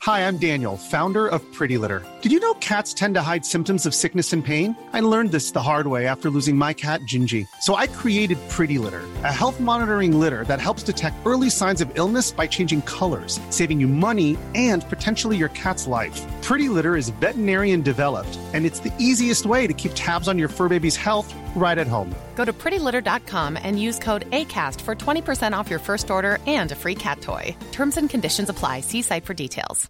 Hi, I'm Daniel, founder of Pretty Litter. Did you know cats tend to hide symptoms of sickness and pain? I learned this the hard way after losing my cat, Gingy. So I created Pretty Litter, a health monitoring litter that helps detect early signs of illness by changing colors, saving you money and potentially your cat's life. Pretty Litter is veterinarian developed, and it's the easiest way to keep tabs on your fur baby's health right at home. Go to prettylitter.com and use code ACAST for 20% off your first order and a free cat toy. Terms and conditions apply. See site for details.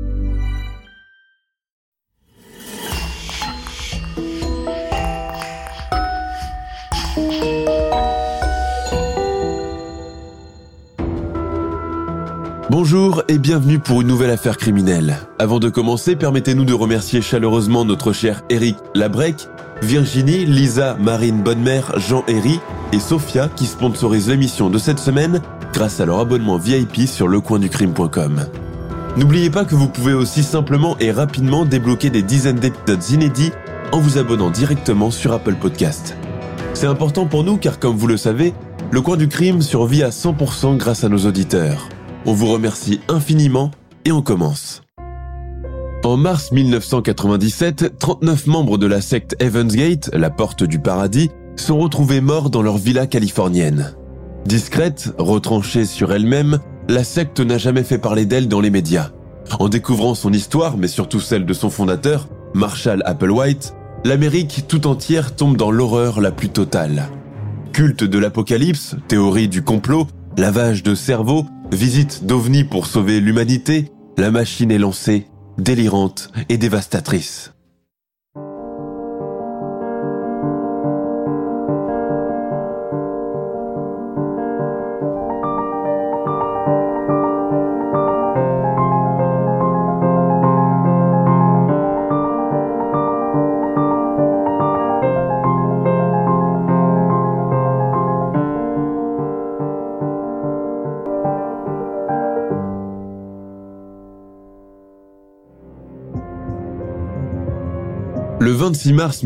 Bonjour et bienvenue pour une nouvelle affaire criminelle. Avant de commencer, permettez-nous de remercier chaleureusement notre cher Eric Labrec, Virginie, Lisa, Marine Bonnemère, Jean-Héry et Sophia qui sponsorisent l'émission de cette semaine grâce à leur abonnement VIP sur lecoinducrime.com. N'oubliez pas que vous pouvez aussi simplement et rapidement débloquer des dizaines d'épisodes inédits en vous abonnant directement sur Apple Podcast. C'est important pour nous car comme vous le savez, Le Coin du Crime survit à 100% grâce à nos auditeurs. On vous remercie infiniment et on commence. En mars 1997, 39 membres de la secte Heaven's Gate, la porte du paradis, sont retrouvés morts dans leur villa californienne. Discrète, retranchée sur elle-même, la secte n'a jamais fait parler d'elle dans les médias. En découvrant son histoire, mais surtout celle de son fondateur, Marshall Applewhite, l'Amérique tout entière tombe dans l'horreur la plus totale. Culte de l'apocalypse, théorie du complot, lavage de cerveau, visite d'ovnis pour sauver l'humanité, la machine est lancée, délirante et dévastatrice. Le 26 mars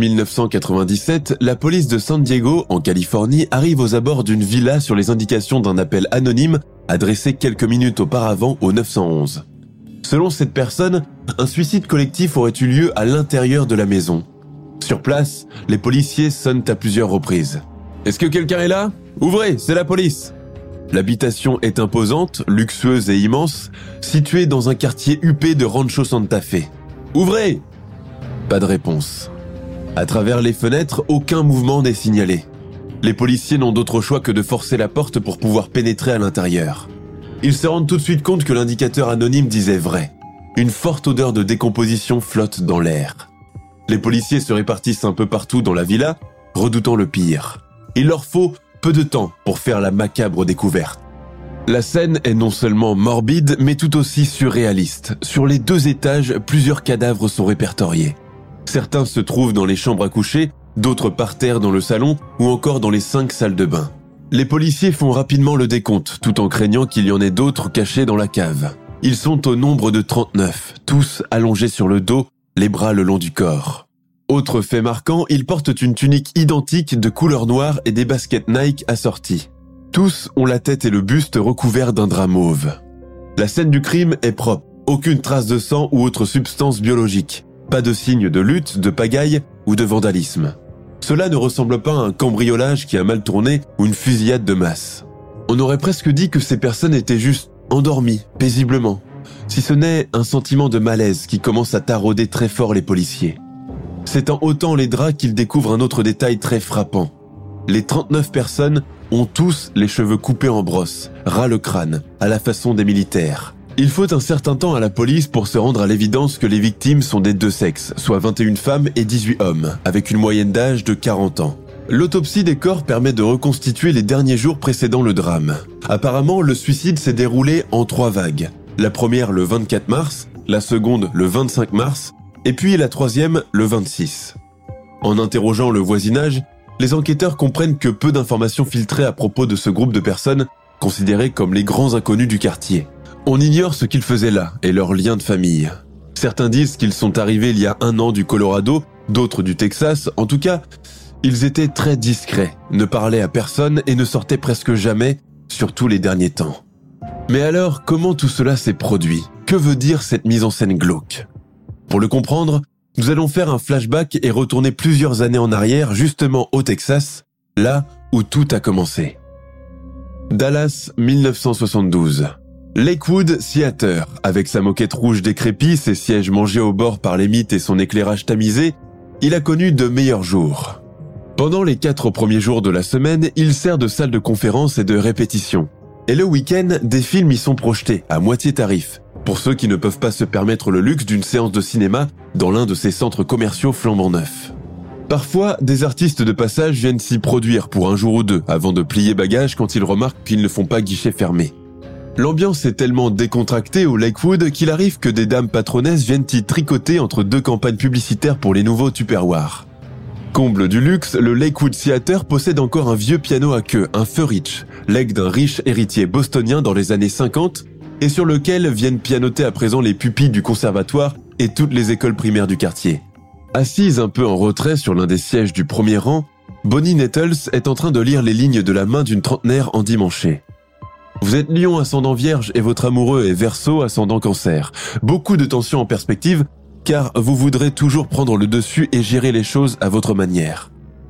1997, la police de San Diego, en Californie, arrive aux abords d'une villa sur les indications d'un appel anonyme adressé quelques minutes auparavant au 911. Selon cette personne, un suicide collectif aurait eu lieu à l'intérieur de la maison. Sur place, les policiers sonnent à plusieurs reprises. « Est-ce que quelqu'un est là ? Ouvrez, c'est la police !» L'habitation est imposante, luxueuse et immense, située dans un quartier huppé de Rancho Santa Fe. « Ouvrez !» Pas de réponse. À travers les fenêtres, aucun mouvement n'est signalé. Les policiers n'ont d'autre choix que de forcer la porte pour pouvoir pénétrer à l'intérieur. Ils se rendent tout de suite compte que l'indicateur anonyme disait vrai. Une forte odeur de décomposition flotte dans l'air. Les policiers se répartissent un peu partout dans la villa, redoutant le pire. Il leur faut peu de temps pour faire la macabre découverte. La scène est non seulement morbide, mais tout aussi surréaliste. Sur les 2 étages, plusieurs cadavres sont répertoriés. Certains se trouvent dans les chambres à coucher, d'autres par terre dans le salon ou encore dans les 5 salles de bain. Les policiers font rapidement le décompte, tout en craignant qu'il y en ait d'autres cachés dans la cave. Ils sont au nombre de 39, tous allongés sur le dos, les bras le long du corps. Autre fait marquant, ils portent une tunique identique de couleur noire et des baskets Nike assorties. Tous ont la tête et le buste recouverts d'un drap mauve. La scène du crime est propre, aucune trace de sang ou autre substance biologique. Pas de signe de lutte, de pagaille ou de vandalisme. Cela ne ressemble pas à un cambriolage qui a mal tourné ou une fusillade de masse. On aurait presque dit que ces personnes étaient juste endormies, paisiblement. Si ce n'est un sentiment de malaise qui commence à tarauder très fort les policiers. C'est en ôtant les draps qu'ils découvrent un autre détail très frappant. Les 39 personnes ont tous les cheveux coupés en brosse, ras le crâne, à la façon des militaires. Il faut un certain temps à la police pour se rendre à l'évidence que les victimes sont des 2 sexes, soit 21 femmes et 18 hommes, avec une moyenne d'âge de 40 ans. L'autopsie des corps permet de reconstituer les derniers jours précédant le drame. Apparemment, le suicide s'est déroulé en 3 vagues. La première le 24 mars, la seconde le 25 mars, et puis la troisième le 26. En interrogeant le voisinage, les enquêteurs comprennent que peu d'informations filtraient à propos de ce groupe de personnes considérés comme les grands inconnus du quartier. On ignore ce qu'ils faisaient là et leurs liens de famille. Certains disent qu'ils sont arrivés il y a 1 an du Colorado, d'autres du Texas. En tout cas, ils étaient très discrets, ne parlaient à personne et ne sortaient presque jamais, surtout les derniers temps. Mais alors, comment tout cela s'est produit ? Que veut dire cette mise en scène glauque ? Pour le comprendre, nous allons faire un flashback et retourner plusieurs années en arrière, justement au Texas, là où tout a commencé. Dallas, 1972. Lakewood Theater, avec sa moquette rouge décrépite, ses sièges mangés au bord par les mythes et son éclairage tamisé, il a connu de meilleurs jours. Pendant les 4 premiers jours de la semaine, il sert de salle de conférence et de répétition. Et le week-end, des films y sont projetés, à moitié tarif, pour ceux qui ne peuvent pas se permettre le luxe d'une séance de cinéma dans l'un de ces centres commerciaux flambant neufs. Parfois, des artistes de passage viennent s'y produire pour un jour ou deux, avant de plier bagages quand ils remarquent qu'ils ne font pas guichet fermé. L'ambiance est tellement décontractée au Lakewood qu'il arrive que des dames patronesses viennent y tricoter entre 2 campagnes publicitaires pour les nouveaux Tupperware. Comble du luxe, le Lakewood Theater possède encore un vieux piano à queue, un Furich, legs d'un riche héritier bostonien dans les années 50, et sur lequel viennent pianoter à présent les pupilles du conservatoire et toutes les écoles primaires du quartier. Assise un peu en retrait sur l'un des sièges du premier rang, Bonnie Nettles est en train de lire les lignes de la main d'une trentenaire endimanchée. Vous êtes Lion ascendant Vierge et votre amoureux est Verseau ascendant Cancer. Beaucoup de tensions en perspective, car vous voudrez toujours prendre le dessus et gérer les choses à votre manière.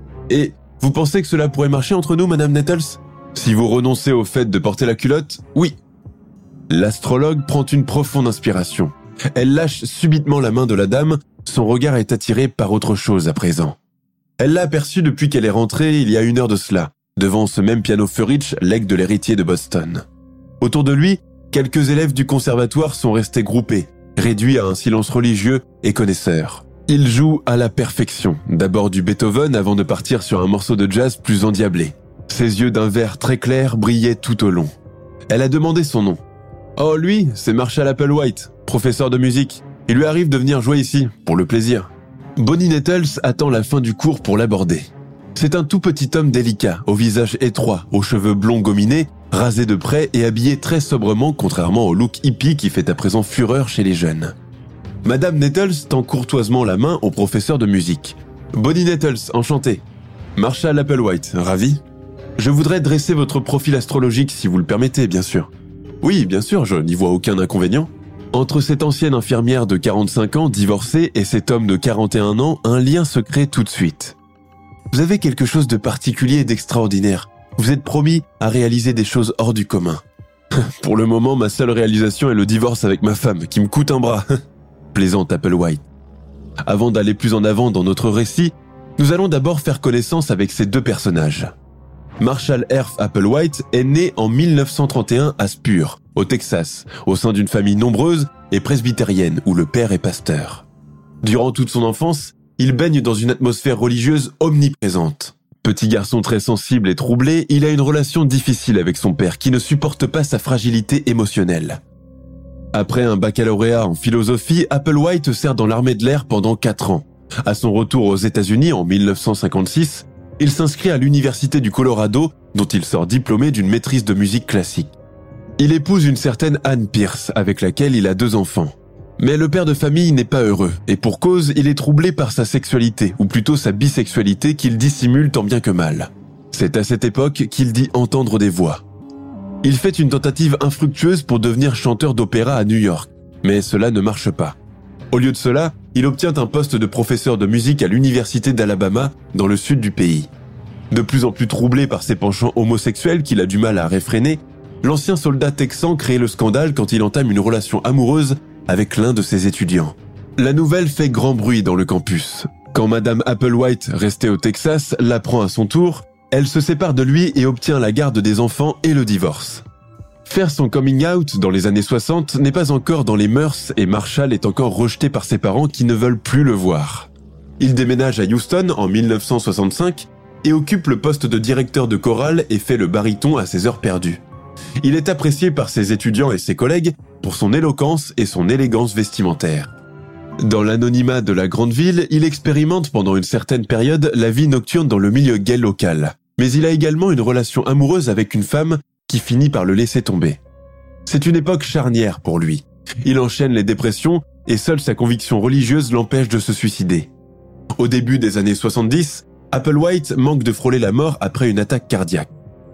Et vous pensez que cela pourrait marcher entre nous, Madame Nettles ? Si vous renoncez au fait de porter la culotte, oui. L'astrologue prend une profonde inspiration. Elle lâche subitement la main de la dame, son regard est attiré par autre chose à présent. Elle l'a aperçu depuis qu'elle est rentrée il y a 1 heure de cela, devant ce même piano Furich, legs de l'héritier de Boston. Autour de lui, quelques élèves du conservatoire sont restés groupés, réduits à un silence religieux et connaisseur. Il joue à la perfection, d'abord du Beethoven avant de partir sur un morceau de jazz plus endiablé. Ses yeux d'un vert très clair brillaient tout au long. Elle a demandé son nom. « Oh, lui, c'est Marshall Applewhite, professeur de musique. Il lui arrive de venir jouer ici, pour le plaisir. » Bonnie Nettles attend la fin du cours pour l'aborder. C'est un tout petit homme délicat, au visage étroit, aux cheveux blonds gominés, rasé de près et habillé très sobrement contrairement au look hippie qui fait à présent fureur chez les jeunes. Madame Nettles tend courtoisement la main au professeur de musique. « Bonnie Nettles, enchanté. Marshall Applewhite, ravi. Je voudrais dresser votre profil astrologique si vous le permettez, bien sûr. » « Oui, bien sûr, je n'y vois aucun inconvénient. » Entre cette ancienne infirmière de 45 ans divorcée et cet homme de 41 ans, un lien se crée tout de suite. Vous avez quelque chose de particulier et d'extraordinaire. Vous êtes promis à réaliser des choses hors du commun. Pour le moment, ma seule réalisation est le divorce avec ma femme, qui me coûte un bras. Plaisante Applewhite. Avant d'aller plus en avant dans notre récit, nous allons d'abord faire connaissance avec ces 2 personnages. Marshall Erf Applewhite est né en 1931 à Spur, au Texas, au sein d'une famille nombreuse et presbytérienne où le père est pasteur. Durant toute son enfance, il baigne dans une atmosphère religieuse omniprésente. Petit garçon très sensible et troublé, il a une relation difficile avec son père qui ne supporte pas sa fragilité émotionnelle. Après un baccalauréat en philosophie, Applewhite sert dans l'armée de l'air pendant 4 ans. À son retour aux États-Unis en 1956, il s'inscrit à l'université du Colorado, dont il sort diplômé d'une maîtrise de musique classique. Il épouse une certaine Anne Pierce, avec laquelle il a 2 enfants. Mais le père de famille n'est pas heureux, et pour cause, il est troublé par sa sexualité, ou plutôt sa bisexualité qu'il dissimule tant bien que mal. C'est à cette époque qu'il dit entendre des voix. Il fait une tentative infructueuse pour devenir chanteur d'opéra à New York, mais cela ne marche pas. Au lieu de cela, il obtient un poste de professeur de musique à l'université d'Alabama, dans le sud du pays. De plus en plus troublé par ses penchants homosexuels qu'il a du mal à réfréner, l'ancien soldat texan crée le scandale quand il entame une relation amoureuse avec l'un de ses étudiants. La nouvelle fait grand bruit dans le campus. Quand Madame Applewhite, restée au Texas, l'apprend à son tour, elle se sépare de lui et obtient la garde des enfants et le divorce. Faire son coming out dans les années 60 n'est pas encore dans les mœurs et Marshall est encore rejeté par ses parents qui ne veulent plus le voir. Il déménage à Houston en 1965 et occupe le poste de directeur de chorale et fait le baryton à ses heures perdues. Il est apprécié par ses étudiants et ses collègues pour son éloquence et son élégance vestimentaire. Dans l'anonymat de la grande ville, il expérimente pendant une certaine période la vie nocturne dans le milieu gay local. Mais il a également une relation amoureuse avec une femme qui finit par le laisser tomber. C'est une époque charnière pour lui. Il enchaîne les dépressions et seule sa conviction religieuse l'empêche de se suicider. Au début des années 70, Applewhite manque de frôler la mort après une attaque cardiaque.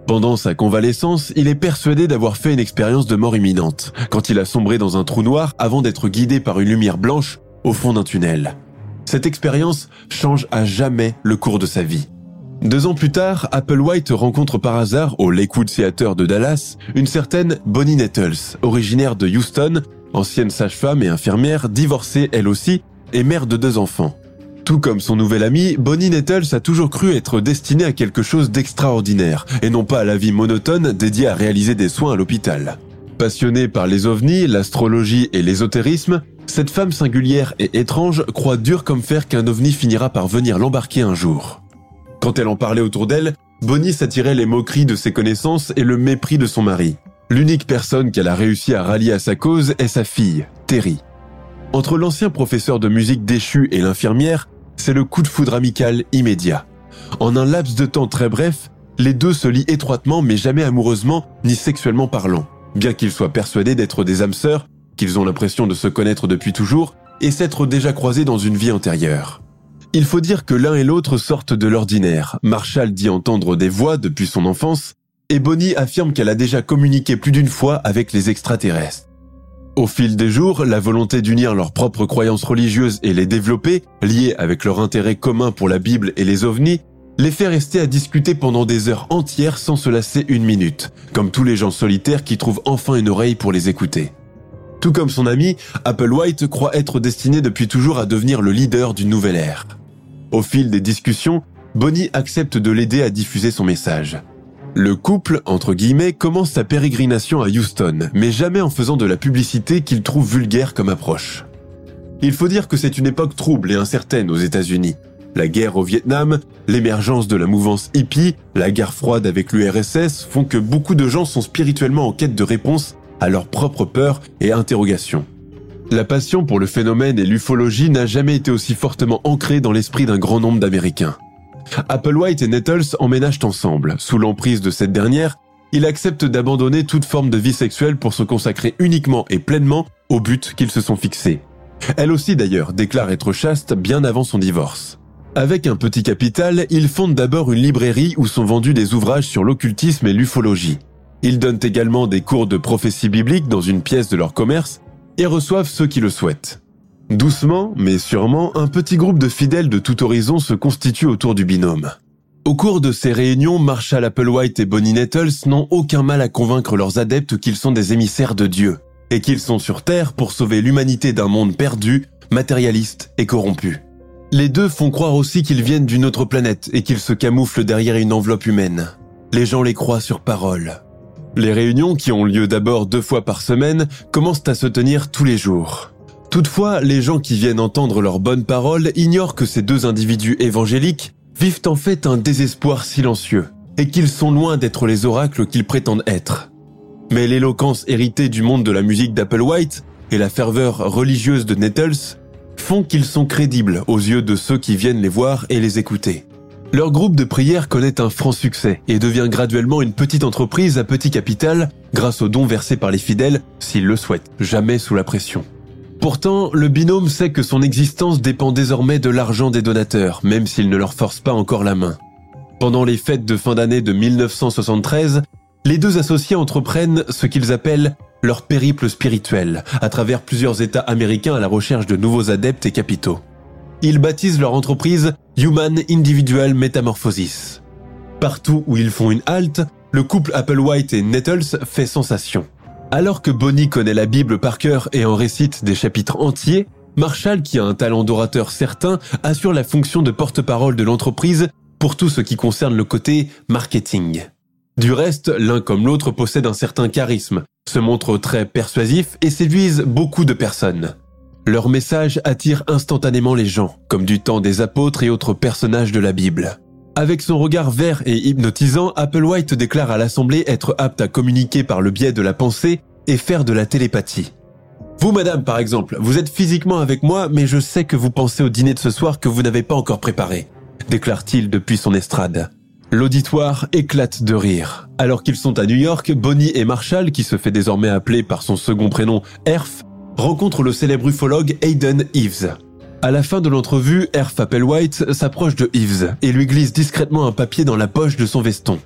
Pendant sa convalescence, il est persuadé d'avoir fait une expérience de mort imminente, quand il a sombré dans un trou noir avant d'être guidé par une lumière blanche au fond d'un tunnel. Cette expérience change à jamais le cours de sa vie. 2 ans plus tard, Applewhite rencontre par hasard au Lakewood Theater de Dallas une certaine Bonnie Nettles, originaire de Houston, ancienne sage-femme et infirmière, divorcée elle aussi et mère de 2 enfants. Tout comme son nouvel ami, Bonnie Nettles a toujours cru être destinée à quelque chose d'extraordinaire et non pas à la vie monotone dédiée à réaliser des soins à l'hôpital. Passionnée par les ovnis, l'astrologie et l'ésotérisme, cette femme singulière et étrange croit dur comme fer qu'un ovni finira par venir l'embarquer un jour. Quand elle en parlait autour d'elle, Bonnie s'attirait les moqueries de ses connaissances et le mépris de son mari. L'unique personne qu'elle a réussi à rallier à sa cause est sa fille, Terry. Entre l'ancien professeur de musique déchu et l'infirmière, c'est le coup de foudre amical immédiat. En un laps de temps très bref, les deux se lient étroitement mais jamais amoureusement ni sexuellement parlant, bien qu'ils soient persuadés d'être des âmes sœurs, qu'ils ont l'impression de se connaître depuis toujours et s'être déjà croisés dans une vie antérieure. Il faut dire que l'un et l'autre sortent de l'ordinaire. Marshall dit entendre des voix depuis son enfance, et Bonnie affirme qu'elle a déjà communiqué plus d'une fois avec les extraterrestres. Au fil des jours, la volonté d'unir leurs propres croyances religieuses et les développer, liées avec leur intérêt commun pour la Bible et les ovnis, les fait rester à discuter pendant des heures entières sans se lasser une minute, comme tous les gens solitaires qui trouvent enfin une oreille pour les écouter. Tout comme son ami, Applewhite croit être destiné depuis toujours à devenir le leader d'une nouvelle ère. Au fil des discussions, Bonnie accepte de l'aider à diffuser son message. Le couple, entre guillemets, commence sa pérégrination à Houston, mais jamais en faisant de la publicité qu'il trouve vulgaire comme approche. Il faut dire que c'est une époque trouble et incertaine aux États-Unis. La guerre au Vietnam, l'émergence de la mouvance hippie, la guerre froide avec l'URSS font que beaucoup de gens sont spirituellement en quête de réponses à leurs propres peurs et interrogations. La passion pour le phénomène et l'ufologie n'a jamais été aussi fortement ancrée dans l'esprit d'un grand nombre d'Américains. Applewhite et Nettles emménagent ensemble. Sous l'emprise de cette dernière, il accepte d'abandonner toute forme de vie sexuelle pour se consacrer uniquement et pleinement au but qu'ils se sont fixés. Elle aussi d'ailleurs déclare être chaste bien avant son divorce. Avec un petit capital, ils fondent d'abord une librairie où sont vendus des ouvrages sur l'occultisme et l'ufologie. Ils donnent également des cours de prophétie biblique dans une pièce de leur commerce et reçoivent ceux qui le souhaitent. Doucement, mais sûrement, un petit groupe de fidèles de tout horizon se constitue autour du binôme. Au cours de ces réunions, Marshall Applewhite et Bonnie Nettles n'ont aucun mal à convaincre leurs adeptes qu'ils sont des émissaires de Dieu et qu'ils sont sur Terre pour sauver l'humanité d'un monde perdu, matérialiste et corrompu. Les deux font croire aussi qu'ils viennent d'une autre planète et qu'ils se camouflent derrière une enveloppe humaine. Les gens les croient sur parole. Les réunions, qui ont lieu d'abord 2 fois par semaine, commencent à se tenir tous les jours. Toutefois, les gens qui viennent entendre leurs bonnes paroles ignorent que ces 2 individus évangéliques vivent en fait un désespoir silencieux et qu'ils sont loin d'être les oracles qu'ils prétendent être. Mais l'éloquence héritée du monde de la musique d'Applewhite et la ferveur religieuse de Nettles font qu'ils sont crédibles aux yeux de ceux qui viennent les voir et les écouter. Leur groupe de prière connaît un franc succès et devient graduellement une petite entreprise à petit capital grâce aux dons versés par les fidèles s'ils le souhaitent, jamais sous la pression. Pourtant, le binôme sait que son existence dépend désormais de l'argent des donateurs, même s'il ne leur force pas encore la main. Pendant les fêtes de fin d'année de 1973, les 2 associés entreprennent ce qu'ils appellent leur périple spirituel, à travers plusieurs États américains à la recherche de nouveaux adeptes et capitaux. Ils baptisent leur entreprise Human Individual Metamorphosis. Partout où ils font une halte, le couple Applewhite et Nettles fait sensation. Alors que Bonnie connaît la Bible par cœur et en récite des chapitres entiers, Marshall, qui a un talent d'orateur certain, assure la fonction de porte-parole de l'entreprise pour tout ce qui concerne le côté marketing. Du reste, l'un comme l'autre possède un certain charisme, se montre très persuasif et séduisent beaucoup de personnes. Leur message attire instantanément les gens, comme du temps des apôtres et autres personnages de la Bible. Avec son regard vert et hypnotisant, Applewhite déclare à l'Assemblée être apte à communiquer par le biais de la pensée et faire de la télépathie. Vous, madame, par exemple, vous êtes physiquement avec moi, mais je sais que vous pensez au dîner de ce soir que vous n'avez pas encore préparé, déclare-t-il depuis son estrade. L'auditoire éclate de rire. Alors qu'ils sont à New York, Bonnie et Marshall, qui se fait désormais appeler par son second prénom Herf, rencontrent le célèbre ufologue Hayden Eves. À la fin de l'entrevue, Herf Applewhite s'approche de Eves et lui glisse discrètement un papier dans la poche de son veston.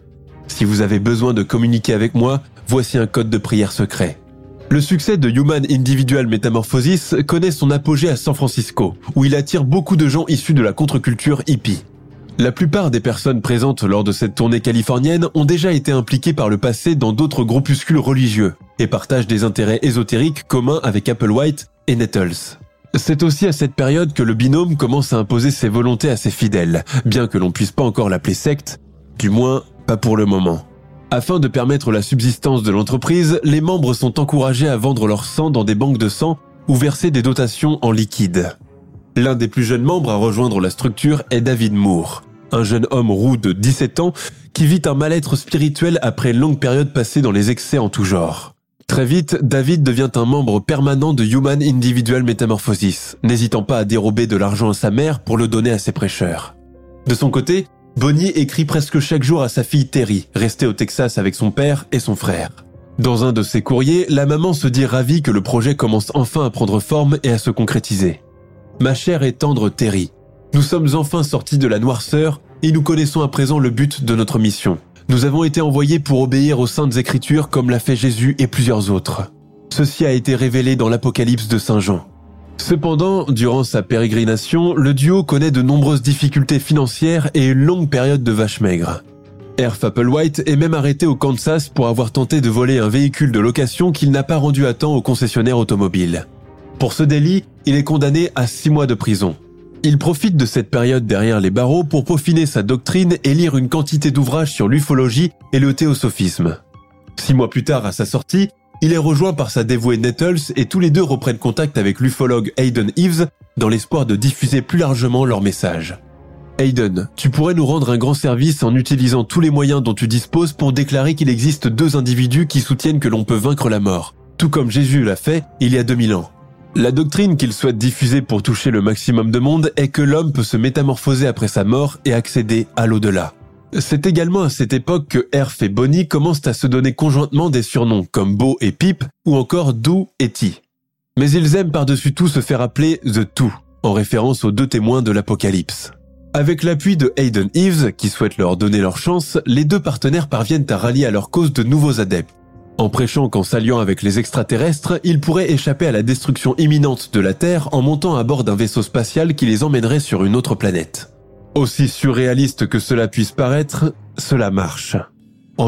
Si vous avez besoin de communiquer avec moi, voici un code de prière secret. Le succès de Human Individual Metamorphosis connaît son apogée à San Francisco, où il attire beaucoup de gens issus de la contre-culture hippie. La plupart des personnes présentes lors de cette tournée californienne ont déjà été impliquées par le passé dans d'autres groupuscules religieux et partagent des intérêts ésotériques communs avec Applewhite et Nettles. C'est aussi à cette période que le binôme commence à imposer ses volontés à ses fidèles, bien que l'on puisse pas encore l'appeler secte, du moins pas pour le moment. Afin de permettre la subsistance de l'entreprise, les membres sont encouragés à vendre leur sang dans des banques de sang ou verser des dotations en liquide. L'un des plus jeunes membres à rejoindre la structure est David Moore, un jeune homme roux de 17 ans qui vit un mal-être spirituel après une longue période passée dans les excès en tout genre. Très vite, David devient un membre permanent de Human Individual Metamorphosis, n'hésitant pas à dérober de l'argent à sa mère pour le donner à ses prêcheurs. De son côté, Bonnie écrit presque chaque jour à sa fille Terry, restée au Texas avec son père et son frère. Dans un de ses courriers, la maman se dit ravie que le projet commence enfin à prendre forme et à se concrétiser. « Ma chère et tendre Terry, nous sommes enfin sortis de la noirceur et nous connaissons à présent le but de notre mission. Nous avons été envoyés pour obéir aux Saintes Écritures comme l'a fait Jésus et plusieurs autres. Ceci a été révélé dans l'Apocalypse de Saint Jean. Cependant, durant sa pérégrination, le duo connaît de nombreuses difficultés financières et une longue période de vache maigre. Herf Applewhite est même arrêté au Kansas pour avoir tenté de voler un véhicule de location qu'il n'a pas rendu à temps au concessionnaire automobile. Pour ce délit, il est condamné à 6 mois de prison. Il profite de cette période derrière les barreaux pour peaufiner sa doctrine et lire une quantité d'ouvrages sur l'ufologie et le théosophisme. 6 mois plus tard, à sa sortie, il est rejoint par sa dévouée Nettles et tous les deux reprennent contact avec l'ufologue Hayden Eves dans l'espoir de diffuser plus largement leur message. Hayden, tu pourrais nous rendre un grand service en utilisant tous les moyens dont tu disposes pour déclarer qu'il existe 2 individus qui soutiennent que l'on peut vaincre la mort, tout comme Jésus l'a fait il y a 2000 ans. La doctrine qu'il souhaite diffuser pour toucher le maximum de monde est que l'homme peut se métamorphoser après sa mort et accéder à l'au-delà. C'est également à cette époque que Herf et Bonnie commencent à se donner conjointement des surnoms comme Bo et Pip ou encore Do et Ti. Mais ils aiment par-dessus tout se faire appeler The Two, en référence aux 2 témoins de l'Apocalypse. Avec l'appui de Hayden Eves, qui souhaite leur donner leur chance, les 2 partenaires parviennent à rallier à leur cause de nouveaux adeptes. En prêchant qu'en s'alliant avec les extraterrestres, ils pourraient échapper à la destruction imminente de la Terre en montant à bord d'un vaisseau spatial qui les emmènerait sur une autre planète. Aussi surréaliste que cela puisse paraître, cela marche. En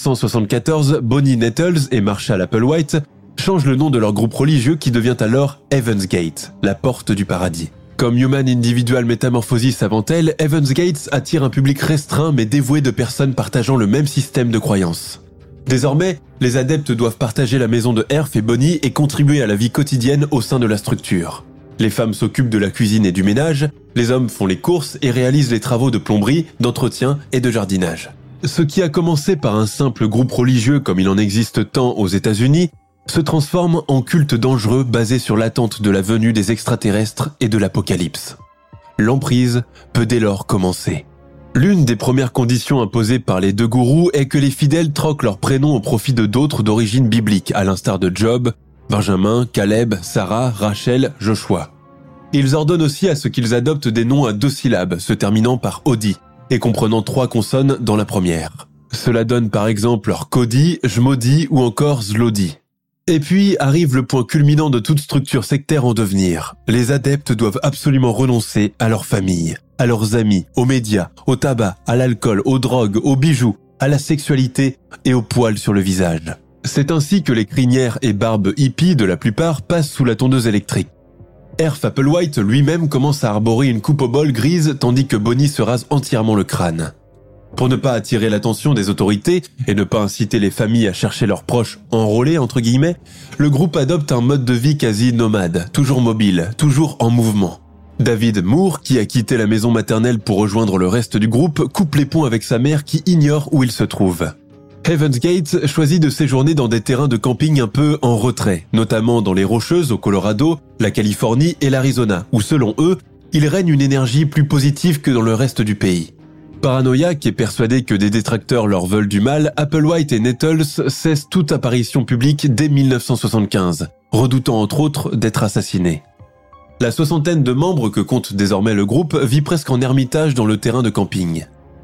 1974, Bonnie Nettles et Marshall Applewhite changent le nom de leur groupe religieux qui devient alors Heaven's Gate, la porte du paradis. Comme Human Individual Metamorphosis avant elle, Heaven's Gate attire un public restreint mais dévoué de personnes partageant le même système de croyances. Désormais, les adeptes doivent partager la maison de Herf et Bonnie et contribuer à la vie quotidienne au sein de la structure. Les femmes s'occupent de la cuisine et du ménage, les hommes font les courses et réalisent les travaux de plomberie, d'entretien et de jardinage. Ce qui a commencé par un simple groupe religieux comme il en existe tant aux États-Unis, se transforme en culte dangereux basé sur l'attente de la venue des extraterrestres et de l'apocalypse. L'emprise peut dès lors commencer. L'une des premières conditions imposées par les 2 gourous est que les fidèles troquent leurs prénoms au profit de d'autres d'origine biblique, à l'instar de Job, Benjamin, Caleb, Sarah, Rachel, Joshua. Ils ordonnent aussi à ce qu'ils adoptent des noms à 2 syllabes, se terminant par Odi, et comprenant 3 consonnes dans la première. Cela donne par exemple Cody, Jmodi ou encore Zlodi. Et puis arrive le point culminant de toute structure sectaire en devenir. Les adeptes doivent absolument renoncer à leur famille, à leurs amis, aux médias, au tabac, à l'alcool, aux drogues, aux bijoux, à la sexualité et aux poils sur le visage. C'est ainsi que les crinières et barbes hippies de la plupart passent sous la tondeuse électrique. Herf Applewhite lui-même commence à arborer une coupe au bol grise tandis que Bonnie se rase entièrement le crâne. Pour ne pas attirer l'attention des autorités et ne pas inciter les familles à chercher leurs proches « enrôlés » entre guillemets, le groupe adopte un mode de vie quasi nomade, toujours mobile, toujours en mouvement. David Moore, qui a quitté la maison maternelle pour rejoindre le reste du groupe, coupe les ponts avec sa mère qui ignore où il se trouve. Heaven's Gate choisit de séjourner dans des terrains de camping un peu en retrait, notamment dans les Rocheuses au Colorado, la Californie et l'Arizona, où selon eux, il règne une énergie plus positive que dans le reste du pays. Paranoïaques et persuadés que des détracteurs leur veulent du mal, Applewhite et Nettles cessent toute apparition publique dès 1975, redoutant entre autres d'être assassinés. La 60aine de membres que compte désormais le groupe vit presque en ermitage dans le terrain de camping.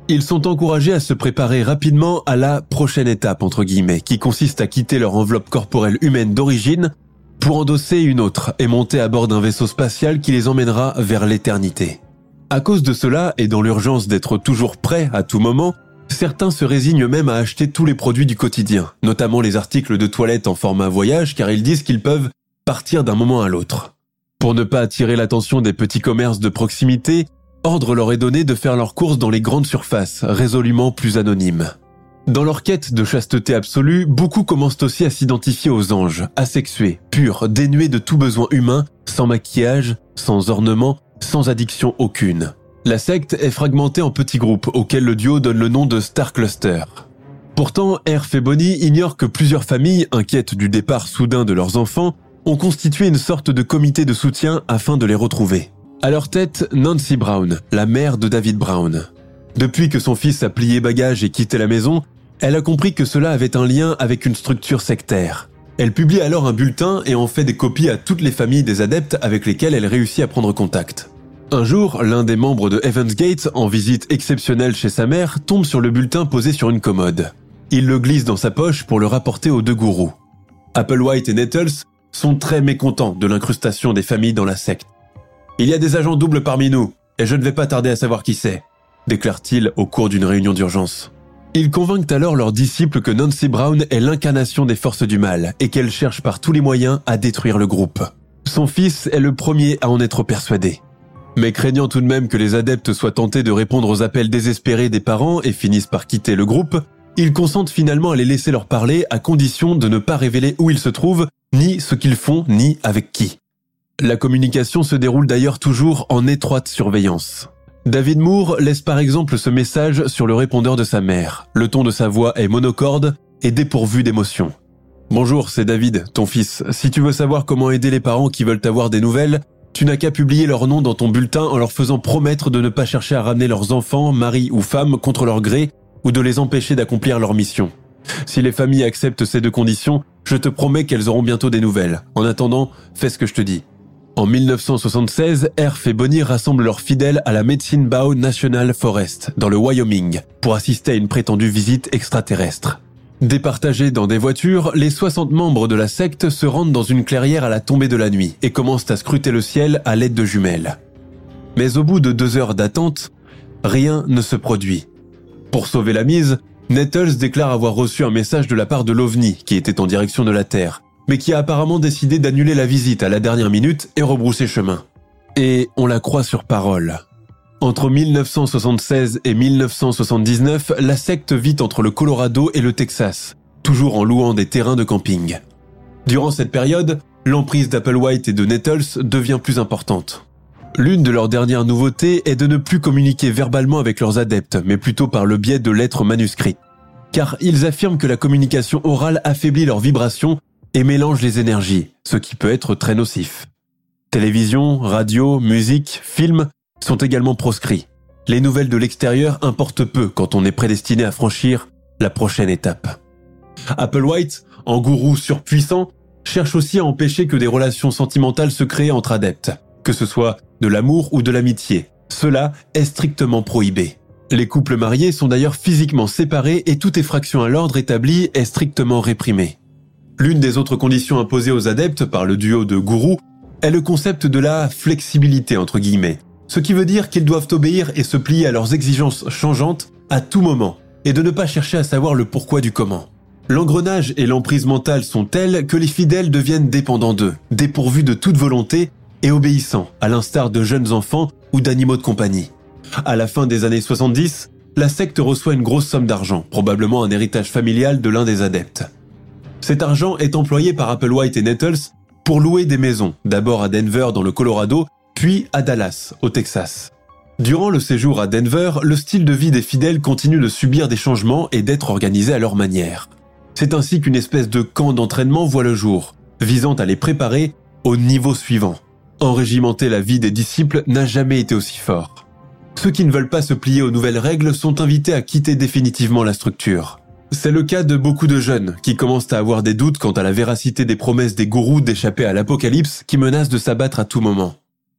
Ils sont encouragés à se préparer rapidement à la prochaine étape, entre guillemets, qui consiste à quitter leur enveloppe corporelle humaine d'origine pour endosser une autre et monter à bord d'un vaisseau spatial qui les emmènera vers l'éternité. À cause de cela, et dans l'urgence d'être toujours prêts à tout moment, certains se résignent même à acheter tous les produits du quotidien, notamment les articles de toilette en format voyage, car ils disent qu'ils peuvent partir d'un moment à l'autre. Pour ne pas attirer l'attention des petits commerces de proximité, ordre leur est donné de faire leurs courses dans les grandes surfaces, résolument plus anonymes. Dans leur quête de chasteté absolue, beaucoup commencent aussi à s'identifier aux anges, asexués, purs, dénués de tout besoin humain, sans maquillage, sans ornement, sans addiction aucune. La secte est fragmentée en petits groupes, auxquels le duo donne le nom de Star Cluster. Pourtant, Earth et Bonnie ignorent que plusieurs familles, inquiètes du départ soudain de leurs enfants, ont constitué une sorte de comité de soutien afin de les retrouver. À leur tête, Nancy Brown, la mère de David Brown. Depuis que son fils a plié bagages et quitté la maison, elle a compris que cela avait un lien avec une structure sectaire. Elle publie alors un bulletin et en fait des copies à toutes les familles des adeptes avec lesquelles elle réussit à prendre contact. Un jour, l'un des membres de Heaven's Gate, en visite exceptionnelle chez sa mère, tombe sur le bulletin posé sur une commode. Il le glisse dans sa poche pour le rapporter aux deux gourous. Applewhite et Nettles sont très mécontents de l'incrustation des familles dans la secte. « Il y a des agents doubles parmi nous, et je ne vais pas tarder à savoir qui c'est », déclare-t-il au cours d'une réunion d'urgence. Ils convainquent alors leurs disciples que Nancy Brown est l'incarnation des forces du mal et qu'elle cherche par tous les moyens à détruire le groupe. Son fils est le premier à en être persuadé. Mais craignant tout de même que les adeptes soient tentés de répondre aux appels désespérés des parents et finissent par quitter le groupe, ils consentent finalement à les laisser leur parler à condition de ne pas révéler où ils se trouvent, ni ce qu'ils font, ni avec qui. La communication se déroule d'ailleurs toujours en étroite surveillance. David Moore laisse par exemple ce message sur le répondeur de sa mère. Le ton de sa voix est monocorde et dépourvu d'émotion. « Bonjour, c'est David, ton fils. Si tu veux savoir comment aider les parents qui veulent avoir des nouvelles, tu n'as qu'à publier leur nom dans ton bulletin en leur faisant promettre de ne pas chercher à ramener leurs enfants, mari ou femme contre leur gré ou de les empêcher d'accomplir leur mission. Si les familles acceptent ces deux conditions, je te promets qu'elles auront bientôt des nouvelles. En attendant, fais ce que je te dis. » En 1976, Earth et Bonnie rassemblent leurs fidèles à la Medicine Bow National Forest, dans le Wyoming, pour assister à une prétendue visite extraterrestre. Départagés dans des voitures, les 60 membres de la secte se rendent dans une clairière à la tombée de la nuit et commencent à scruter le ciel à l'aide de jumelles. Mais au bout de 2 heures d'attente, rien ne se produit. Pour sauver la mise, Nettles déclare avoir reçu un message de la part de l'OVNI qui était en direction de la Terre, mais qui a apparemment décidé d'annuler la visite à la dernière minute et rebrousser chemin. Et on la croit sur parole. Entre 1976 et 1979, la secte vit entre le Colorado et le Texas, toujours en louant des terrains de camping. Durant cette période, l'emprise d'Applewhite et de Nettles devient plus importante. L'une de leurs dernières nouveautés est de ne plus communiquer verbalement avec leurs adeptes, mais plutôt par le biais de lettres manuscrites. Car ils affirment que la communication orale affaiblit leurs vibrations et mélange les énergies, ce qui peut être très nocif. Télévision, radio, musique, films sont également proscrits. Les nouvelles de l'extérieur importent peu quand on est prédestiné à franchir la prochaine étape. Applewhite, en gourou surpuissant, cherche aussi à empêcher que des relations sentimentales se créent entre adeptes, que ce soit de l'amour ou de l'amitié. Cela est strictement prohibé. Les couples mariés sont d'ailleurs physiquement séparés et toute effraction à l'ordre établi est strictement réprimée. L'une des autres conditions imposées aux adeptes par le duo de gourous est le concept de la flexibilité entre guillemets, ce qui veut dire qu'ils doivent obéir et se plier à leurs exigences changeantes à tout moment et de ne pas chercher à savoir le pourquoi du comment. L'engrenage et l'emprise mentale sont telles que les fidèles deviennent dépendants d'eux, dépourvus de toute volonté et obéissants, à l'instar de jeunes enfants ou d'animaux de compagnie. À la fin des années 70, la secte reçoit une grosse somme d'argent, probablement un héritage familial de l'un des adeptes. Cet argent est employé par Applewhite et Nettles pour louer des maisons, d'abord à Denver dans le Colorado, puis à Dallas, au Texas. Durant le séjour à Denver, le style de vie des fidèles continue de subir des changements et d'être organisé à leur manière. C'est ainsi qu'une espèce de camp d'entraînement voit le jour, visant à les préparer au niveau suivant. Enrégimenter la vie des disciples n'a jamais été aussi fort. Ceux qui ne veulent pas se plier aux nouvelles règles sont invités à quitter définitivement la structure. C'est le cas de beaucoup de jeunes qui commencent à avoir des doutes quant à la véracité des promesses des gourous d'échapper à l'apocalypse qui menacent de s'abattre à tout moment.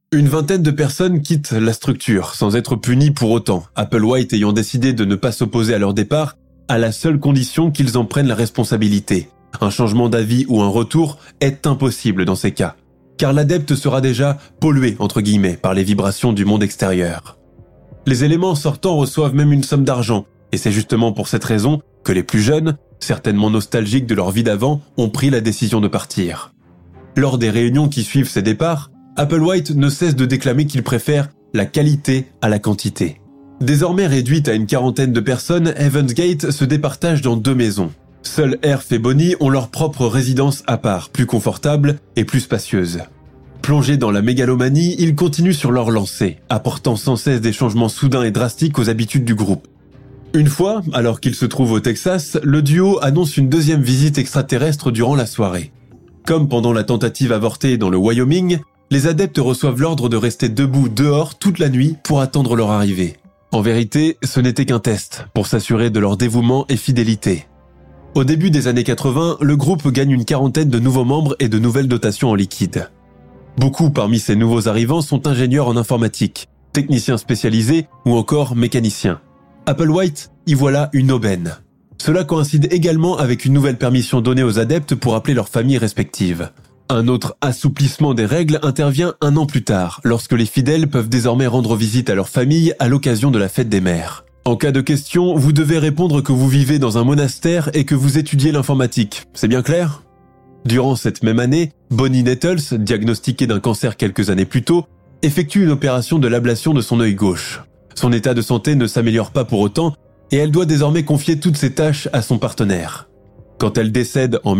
Une vingtaine de personnes quittent la structure sans être punies pour autant, Applewhite ayant décidé de ne pas s'opposer à leur départ à la seule condition qu'ils en prennent la responsabilité. Un changement d'avis ou un retour est impossible dans ces cas, car l'adepte sera déjà « pollué » entre guillemets par les vibrations du monde extérieur. Les éléments sortants reçoivent même une somme d'argent, et c'est justement pour cette raison que les plus jeunes, certainement nostalgiques de leur vie d'avant, ont pris la décision de partir. Lors des réunions qui suivent ces départs, Applewhite ne cesse de déclamer qu'il préfère la qualité à la quantité. Désormais réduite à une quarantaine de personnes, Heaven's Gate se départage dans 2 maisons. Seuls Earth et Bonnie ont leur propre résidence à part, plus confortable et plus spacieuse. Plongés dans la mégalomanie, ils continuent sur leur lancée, apportant sans cesse des changements soudains et drastiques aux habitudes du groupe. Une fois, alors qu'ils se trouvent au Texas, le duo annonce une deuxième visite extraterrestre durant la soirée. Comme pendant la tentative avortée dans le Wyoming, les adeptes reçoivent l'ordre de rester debout dehors toute la nuit pour attendre leur arrivée. En vérité, ce n'était qu'un test, pour s'assurer de leur dévouement et fidélité. Au début des années 80, le groupe gagne une quarantaine de nouveaux membres et de nouvelles dotations en liquide. Beaucoup parmi ces nouveaux arrivants sont ingénieurs en informatique, techniciens spécialisés ou encore mécaniciens. Applewhite y voilà une aubaine. Cela coïncide également avec une nouvelle permission donnée aux adeptes pour appeler leurs familles respectives. Un autre assouplissement des règles intervient 1 an plus tard, lorsque les fidèles peuvent désormais rendre visite à leur famille à l'occasion de la fête des mères. En cas de question, vous devez répondre que vous vivez dans un monastère et que vous étudiez l'informatique. C'est bien clair ? Durant cette même année, Bonnie Nettles, diagnostiquée d'un cancer quelques années plus tôt, effectue une opération de l'ablation de son œil gauche. Son état de santé ne s'améliore pas pour autant et elle doit désormais confier toutes ses tâches à son partenaire. Quand elle décède en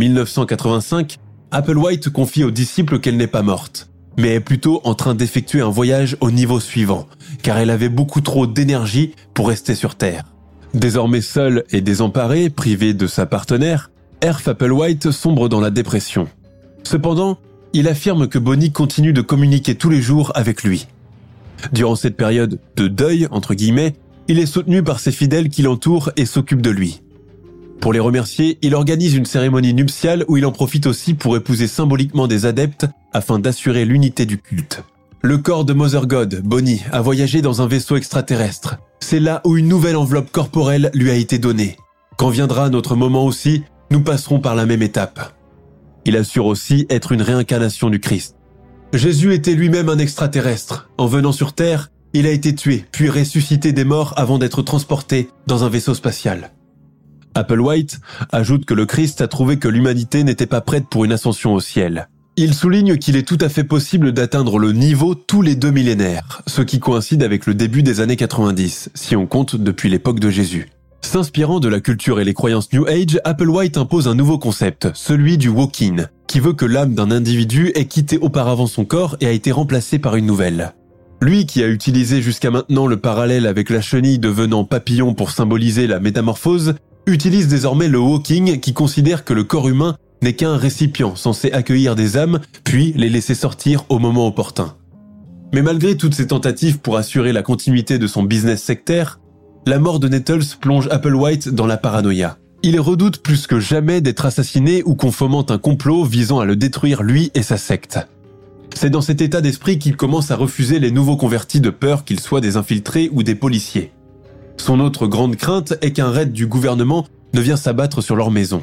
1985, Applewhite confie aux disciples qu'elle n'est pas morte, mais est plutôt en train d'effectuer un voyage au niveau suivant, car elle avait beaucoup trop d'énergie pour rester sur Terre. Désormais seule et désemparée, privée de sa partenaire, Earth Applewhite sombre dans la dépression. Cependant, il affirme que Bonnie continue de communiquer tous les jours avec lui. Durant cette période de deuil, entre guillemets, il est soutenu par ses fidèles qui l'entourent et s'occupent de lui. Pour les remercier, il organise une cérémonie nuptiale où il en profite aussi pour épouser symboliquement des adeptes afin d'assurer l'unité du culte. Le corps de Mother God, Bonnie, a voyagé dans un vaisseau extraterrestre. C'est là où une nouvelle enveloppe corporelle lui a été donnée. Quand viendra notre moment aussi, nous passerons par la même étape. Il assure aussi être une réincarnation du Christ. Jésus était lui-même un extraterrestre. En venant sur Terre, il a été tué, puis ressuscité des morts avant d'être transporté dans un vaisseau spatial. Applewhite ajoute que le Christ a trouvé que l'humanité n'était pas prête pour une ascension au ciel. Il souligne qu'il est tout à fait possible d'atteindre le niveau tous les 2 millénaires, ce qui coïncide avec le début des années 90, si on compte depuis l'époque de Jésus. S'inspirant de la culture et les croyances New Age, Applewhite impose un nouveau concept, celui du walk-in, qui veut que l'âme d'un individu ait quitté auparavant son corps et a été remplacée par une nouvelle. Lui qui a utilisé jusqu'à maintenant le parallèle avec la chenille devenant papillon pour symboliser la métamorphose, utilise désormais le walking qui considère que le corps humain n'est qu'un récipient censé accueillir des âmes puis les laisser sortir au moment opportun. Mais malgré toutes ces tentatives pour assurer la continuité de son business sectaire, la mort de Nettles plonge Applewhite dans la paranoïa. Il redoute plus que jamais d'être assassiné ou qu'on fomente un complot visant à le détruire lui et sa secte. C'est dans cet état d'esprit qu'il commence à refuser les nouveaux convertis de peur qu'ils soient des infiltrés ou des policiers. Son autre grande crainte est qu'un raid du gouvernement ne vienne s'abattre sur leur maison.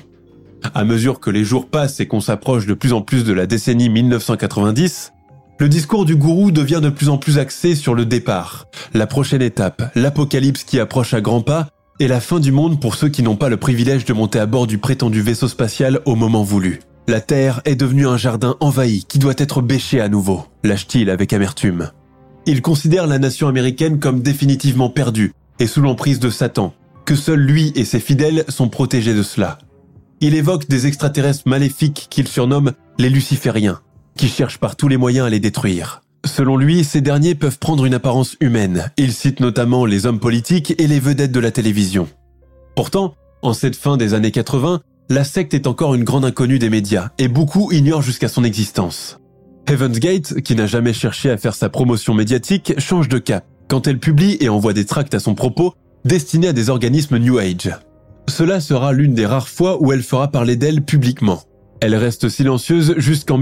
À mesure que les jours passent et qu'on s'approche de plus en plus de la décennie 1990, le discours du gourou devient de plus en plus axé sur le départ, la prochaine étape, l'apocalypse qui approche à grands pas et la fin du monde pour ceux qui n'ont pas le privilège de monter à bord du prétendu vaisseau spatial au moment voulu. La Terre est devenue un jardin envahi qui doit être bêché à nouveau, lâche-t-il avec amertume. Il considère la nation américaine comme définitivement perdue et sous l'emprise de Satan, que seul lui et ses fidèles sont protégés de cela. Il évoque des extraterrestres maléfiques qu'il surnomme les Lucifériens, qui cherchent par tous les moyens à les détruire. Selon lui, ces derniers peuvent prendre une apparence humaine. Il cite notamment les hommes politiques et les vedettes de la télévision. Pourtant, en cette fin des années 80, la secte est encore une grande inconnue des médias et beaucoup ignorent jusqu'à son existence. Heaven's Gate, qui n'a jamais cherché à faire sa promotion médiatique, change de cap quand elle publie et envoie des tracts à son propos destinés à des organismes New Age. Cela sera l'une des rares fois où elle fera parler d'elle publiquement. Elle reste silencieuse jusqu'en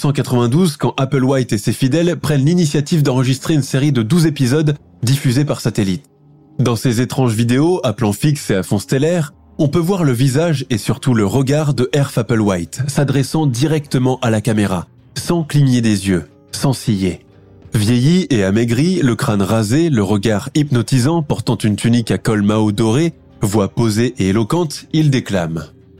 1992 quand Applewhite et ses fidèles prennent l'initiative d'enregistrer une série de 12 épisodes diffusés par satellite. Dans ces étranges vidéos, à plan fixe et à fond stellaire, on peut voir le visage et surtout le regard de Herff Applewhite s'adressant directement à la caméra, sans cligner des yeux, sans ciller. Vieilli et amaigri, le crâne rasé, le regard hypnotisant, portant une tunique à col Mao doré, voix posée et éloquente, il déclame.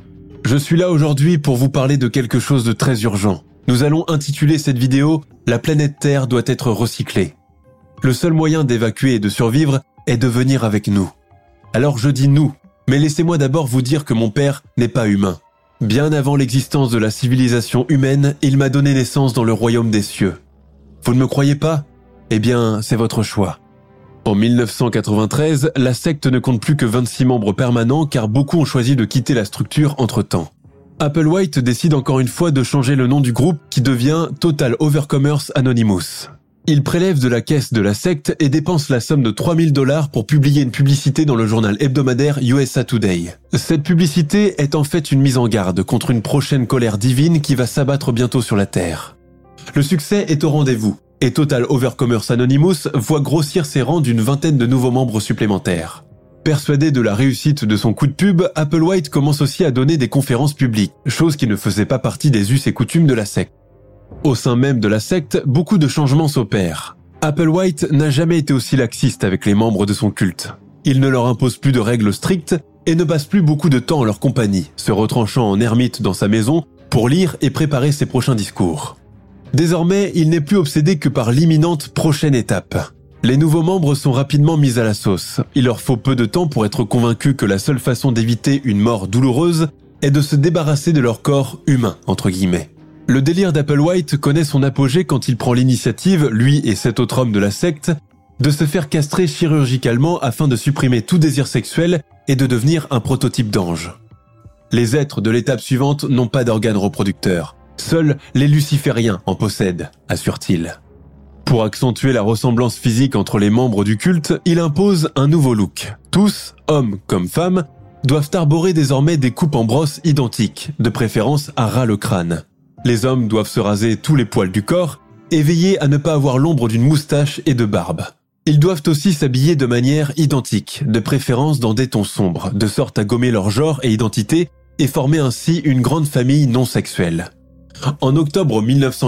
Je suis là aujourd'hui pour vous parler de quelque chose de très urgent. Nous allons intituler cette vidéo « La planète Terre doit être recyclée ». Le seul moyen d'évacuer et de survivre est de venir avec nous. Alors je dis « nous », mais laissez-moi d'abord vous dire que mon père n'est pas humain. Bien avant l'existence de la civilisation humaine, il m'a donné naissance dans le royaume des cieux. Vous ne me croyez pas ? Eh bien, c'est votre choix. En 1993, la secte ne compte plus que 26 membres permanents car beaucoup ont choisi de quitter la structure entre-temps. Applewhite décide encore une fois de changer le nom du groupe qui devient Total Overcomers Anonymous. Il prélève de la caisse de la secte et dépense la somme de $3000 pour publier une publicité dans le journal hebdomadaire USA Today. Cette publicité est en fait une mise en garde contre une prochaine colère divine qui va s'abattre bientôt sur la Terre. Le succès est au rendez-vous et Total Overcomers Anonymous voit grossir ses rangs d'une vingtaine de nouveaux membres supplémentaires. Persuadé de la réussite de son coup de pub, Applewhite commence aussi à donner des conférences publiques, chose qui ne faisait pas partie des us et coutumes de la secte. Au sein même de la secte, beaucoup de changements s'opèrent. Applewhite n'a jamais été aussi laxiste avec les membres de son culte. Il ne leur impose plus de règles strictes et ne passe plus beaucoup de temps en leur compagnie, se retranchant en ermite dans sa maison pour lire et préparer ses prochains discours. Désormais, il n'est plus obsédé que par l'imminente prochaine étape. Les nouveaux membres sont rapidement mis à la sauce. Il leur faut peu de temps pour être convaincus que la seule façon d'éviter une mort douloureuse est de se débarrasser de leur corps humain, entre guillemets. Le délire d'Applewhite connaît son apogée quand il prend l'initiative, lui et 7 autres hommes de la secte, de se faire castrer chirurgicalement afin de supprimer tout désir sexuel et de devenir un prototype d'ange. Les êtres de l'étape suivante n'ont pas d'organes reproducteurs. Seuls les lucifériens en possèdent, assure-t-il. Pour accentuer la ressemblance physique entre les membres du culte, il impose un nouveau look. Tous, hommes comme femmes, doivent arborer désormais des coupes en brosse identiques, de préférence à ras le crâne. Les hommes doivent se raser tous les poils du corps et veiller à ne pas avoir l'ombre d'une moustache et de barbe. Ils doivent aussi s'habiller de manière identique, de préférence dans des tons sombres, de sorte à gommer leur genre et identité et former ainsi une grande famille non sexuelle. En octobre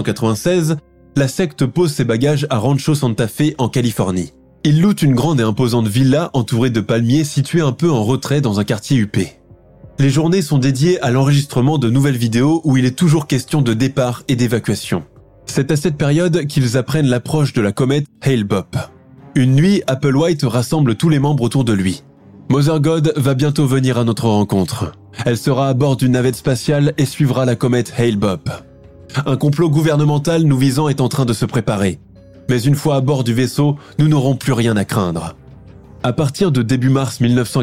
1996, la secte pose ses bagages à Rancho Santa Fe en Californie. Ils louent une grande et imposante villa entourée de palmiers située un peu en retrait dans un quartier huppé. Les journées sont dédiées à l'enregistrement de nouvelles vidéos où il est toujours question de départ et d'évacuation. C'est à cette période qu'ils apprennent l'approche de la comète Hale-Bopp. Une nuit, Applewhite rassemble tous les membres autour de lui. Mother God va bientôt venir à notre rencontre. Elle sera à bord d'une navette spatiale et suivra la comète Hale-Bopp. Un complot gouvernemental nous visant est en train de se préparer. Mais une fois à bord du vaisseau, nous n'aurons plus rien à craindre. À partir de début mars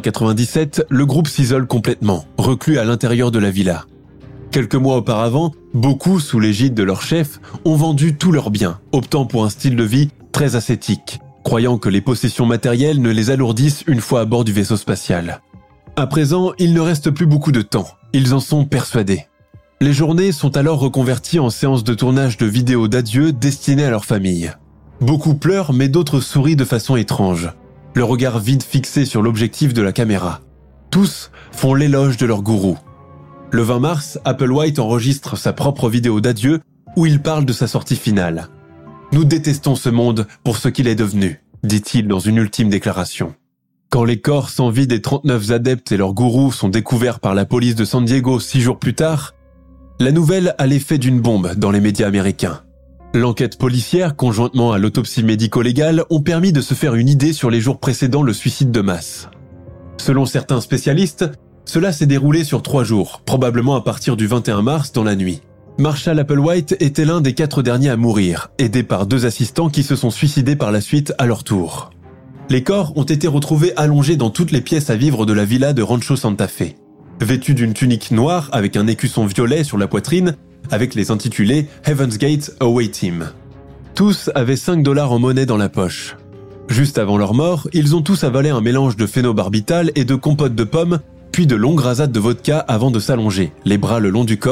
1997, le groupe s'isole complètement, reclus à l'intérieur de la villa. Quelques mois auparavant, beaucoup, sous l'égide de leur chef, ont vendu tous leurs biens, optant pour un style de vie très ascétique, croyant que les possessions matérielles ne les alourdissent une fois à bord du vaisseau spatial. À présent, il ne reste plus beaucoup de temps, ils en sont persuadés. Les journées sont alors reconverties en séances de tournage de vidéos d'adieu destinées à leur famille. Beaucoup pleurent, mais d'autres sourient de façon étrange, le regard vide fixé sur l'objectif de la caméra. Tous font l'éloge de leur gourou. Le 20 mars, Applewhite enregistre sa propre vidéo d'adieu où il parle de sa sortie finale. « Nous détestons ce monde pour ce qu'il est devenu », dit-il dans une ultime déclaration. Quand les corps sans vie des 39 adeptes et leurs gourous sont découverts par la police de San Diego 6 jours plus tard, la nouvelle a l'effet d'une bombe dans les médias américains. L'enquête policière, conjointement à l'autopsie médico-légale, ont permis de se faire une idée sur les jours précédant le suicide de masse. Selon certains spécialistes, cela s'est déroulé sur 3 jours, probablement à partir du 21 mars dans la nuit. Marshall Applewhite était l'un des 4 derniers à mourir, aidé par 2 assistants qui se sont suicidés par la suite à leur tour. Les corps ont été retrouvés allongés dans toutes les pièces à vivre de la villa de Rancho Santa Fe. Vêtus d'une tunique noire avec un écusson violet sur la poitrine, avec les intitulés Heaven's Gate Away Team. Tous avaient $5 en monnaie dans la poche. Juste avant leur mort, ils ont tous avalé un mélange de phénobarbital et de compote de pommes, puis de longues rasades de vodka avant de s'allonger, les bras le long du corps,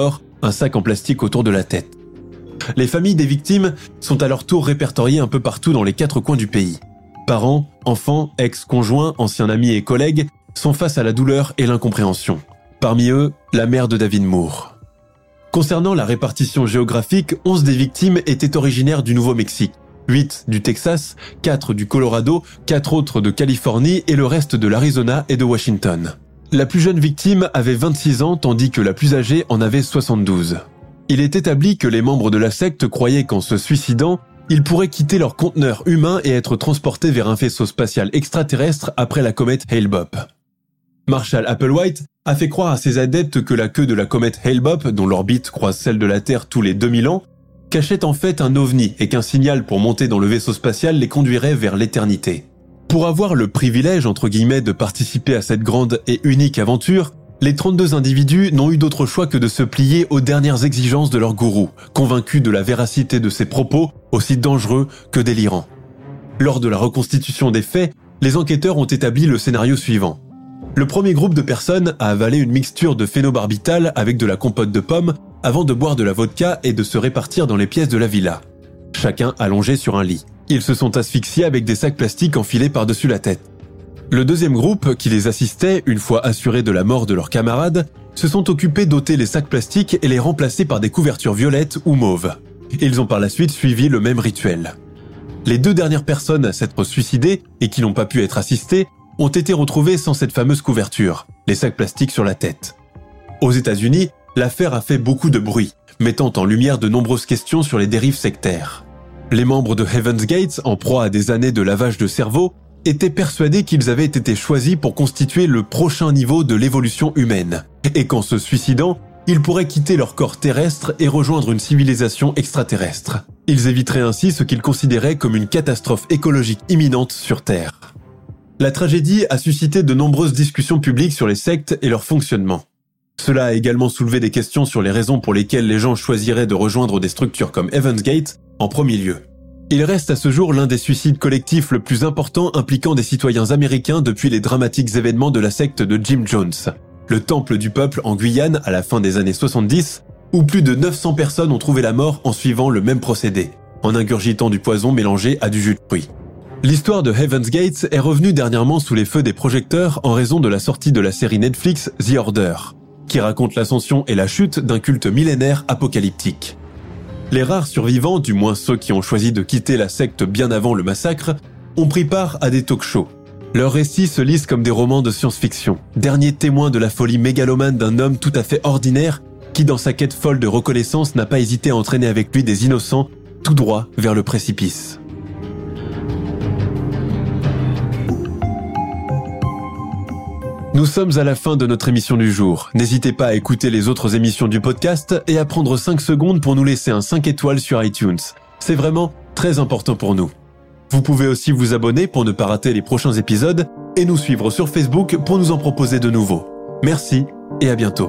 un sac en plastique autour de la tête. Les familles des victimes sont à leur tour répertoriées un peu partout dans les 4 coins du pays. Parents, enfants, ex-conjoints, anciens amis et collègues sont face à la douleur et l'incompréhension. Parmi eux, la mère de David Moore. Concernant la répartition géographique, 11 des victimes étaient originaires du Nouveau-Mexique, 8 du Texas, 4 du Colorado, 4 autres de Californie et le reste de l'Arizona et de Washington. La plus jeune victime avait 26 ans tandis que la plus âgée en avait 72. Il est établi que les membres de la secte croyaient qu'en se suicidant, ils pourraient quitter leur conteneur humain et être transportés vers un vaisseau spatial extraterrestre après la comète Hale-Bopp. Marshall Applewhite a fait croire à ses adeptes que la queue de la comète Hale-Bopp, dont l'orbite croise celle de la Terre tous les 2000 ans, cachait en fait un ovni et qu'un signal pour monter dans le vaisseau spatial les conduirait vers l'éternité. Pour avoir le privilège, entre guillemets, de participer à cette grande et unique aventure, les 32 individus n'ont eu d'autre choix que de se plier aux dernières exigences de leur gourou, convaincus de la véracité de ses propos, aussi dangereux que délirants. Lors de la reconstitution des faits, les enquêteurs ont établi le scénario suivant. Le premier groupe de personnes a avalé une mixture de phénobarbital avec de la compote de pommes avant de boire de la vodka et de se répartir dans les pièces de la villa. Chacun allongé sur un lit. Ils se sont asphyxiés avec des sacs plastiques enfilés par-dessus la tête. Le deuxième groupe, qui les assistait, une fois assurés de la mort de leurs camarades, se sont occupés d'ôter les sacs plastiques et les remplacer par des couvertures violettes ou mauves. Ils ont par la suite suivi le même rituel. Les 2 dernières personnes à s'être suicidées et qui n'ont pas pu être assistées ont été retrouvées sans cette fameuse couverture, les sacs plastiques sur la tête. Aux États-Unis, l'affaire a fait beaucoup de bruit, mettant en lumière de nombreuses questions sur les dérives sectaires. Les membres de Heaven's Gate, en proie à des années de lavage de cerveau, étaient persuadés qu'ils avaient été choisis pour constituer le prochain niveau de l'évolution humaine, et qu'en se suicidant, ils pourraient quitter leur corps terrestre et rejoindre une civilisation extraterrestre. Ils éviteraient ainsi ce qu'ils considéraient comme une catastrophe écologique imminente sur Terre. La tragédie a suscité de nombreuses discussions publiques sur les sectes et leur fonctionnement. Cela a également soulevé des questions sur les raisons pour lesquelles les gens choisiraient de rejoindre des structures comme Heaven's Gate en premier lieu. Il reste à ce jour l'un des suicides collectifs le plus important impliquant des citoyens américains depuis les dramatiques événements de la secte de Jim Jones, le temple du peuple en Guyane à la fin des années 70, où plus de 900 personnes ont trouvé la mort en suivant le même procédé, en ingurgitant du poison mélangé à du jus de fruits. L'histoire de Heaven's Gate est revenue dernièrement sous les feux des projecteurs en raison de la sortie de la série Netflix The Order, qui raconte l'ascension et la chute d'un culte millénaire apocalyptique. Les rares survivants, du moins ceux qui ont choisi de quitter la secte bien avant le massacre, ont pris part à des talk-shows. Leurs récits se lisent comme des romans de science-fiction, derniers témoins de la folie mégalomane d'un homme tout à fait ordinaire qui, dans sa quête folle de reconnaissance, n'a pas hésité à entraîner avec lui des innocents tout droit vers le précipice. Nous sommes à la fin de notre émission du jour. N'hésitez pas à écouter les autres émissions du podcast et à prendre 5 secondes pour nous laisser un 5 étoiles sur iTunes. C'est vraiment très important pour nous. Vous pouvez aussi vous abonner pour ne pas rater les prochains épisodes et nous suivre sur Facebook pour nous en proposer de nouveaux. Merci et à bientôt.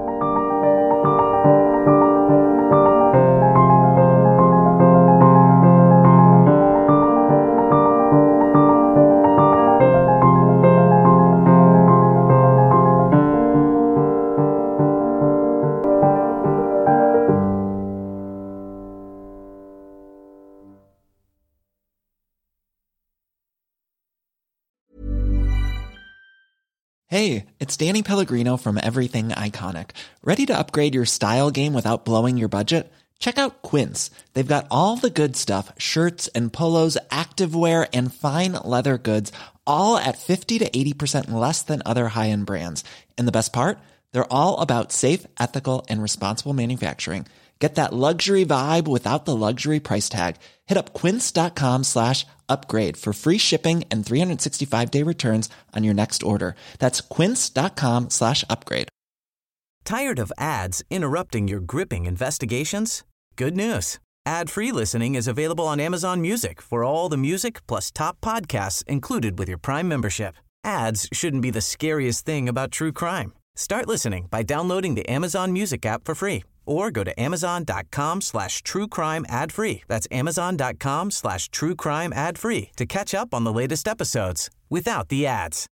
Hey, it's Danny Pellegrino from Everything Iconic. Ready to upgrade your style game without blowing your budget? Check out Quince. They've got all the good stuff, shirts and polos, activewear, and fine leather goods, all at 50 to 80% less than other high-end brands. And the best part? They're all about safe, ethical, and responsible manufacturing. Get that luxury vibe without the luxury price tag. Hit up quince.com/upgrade for free shipping and 365-day returns on your next order. That's quince.com/upgrade. Tired of ads interrupting your gripping investigations? Good news. Ad-free listening is available on Amazon Music for all the music plus top podcasts included with your Prime membership. Ads shouldn't be the scariest thing about true crime. Start listening by downloading the Amazon Music app for free or go to amazon.com/truecrime ad-free. That's amazon.com/truecrime ad-free to catch up on the latest episodes without the ads.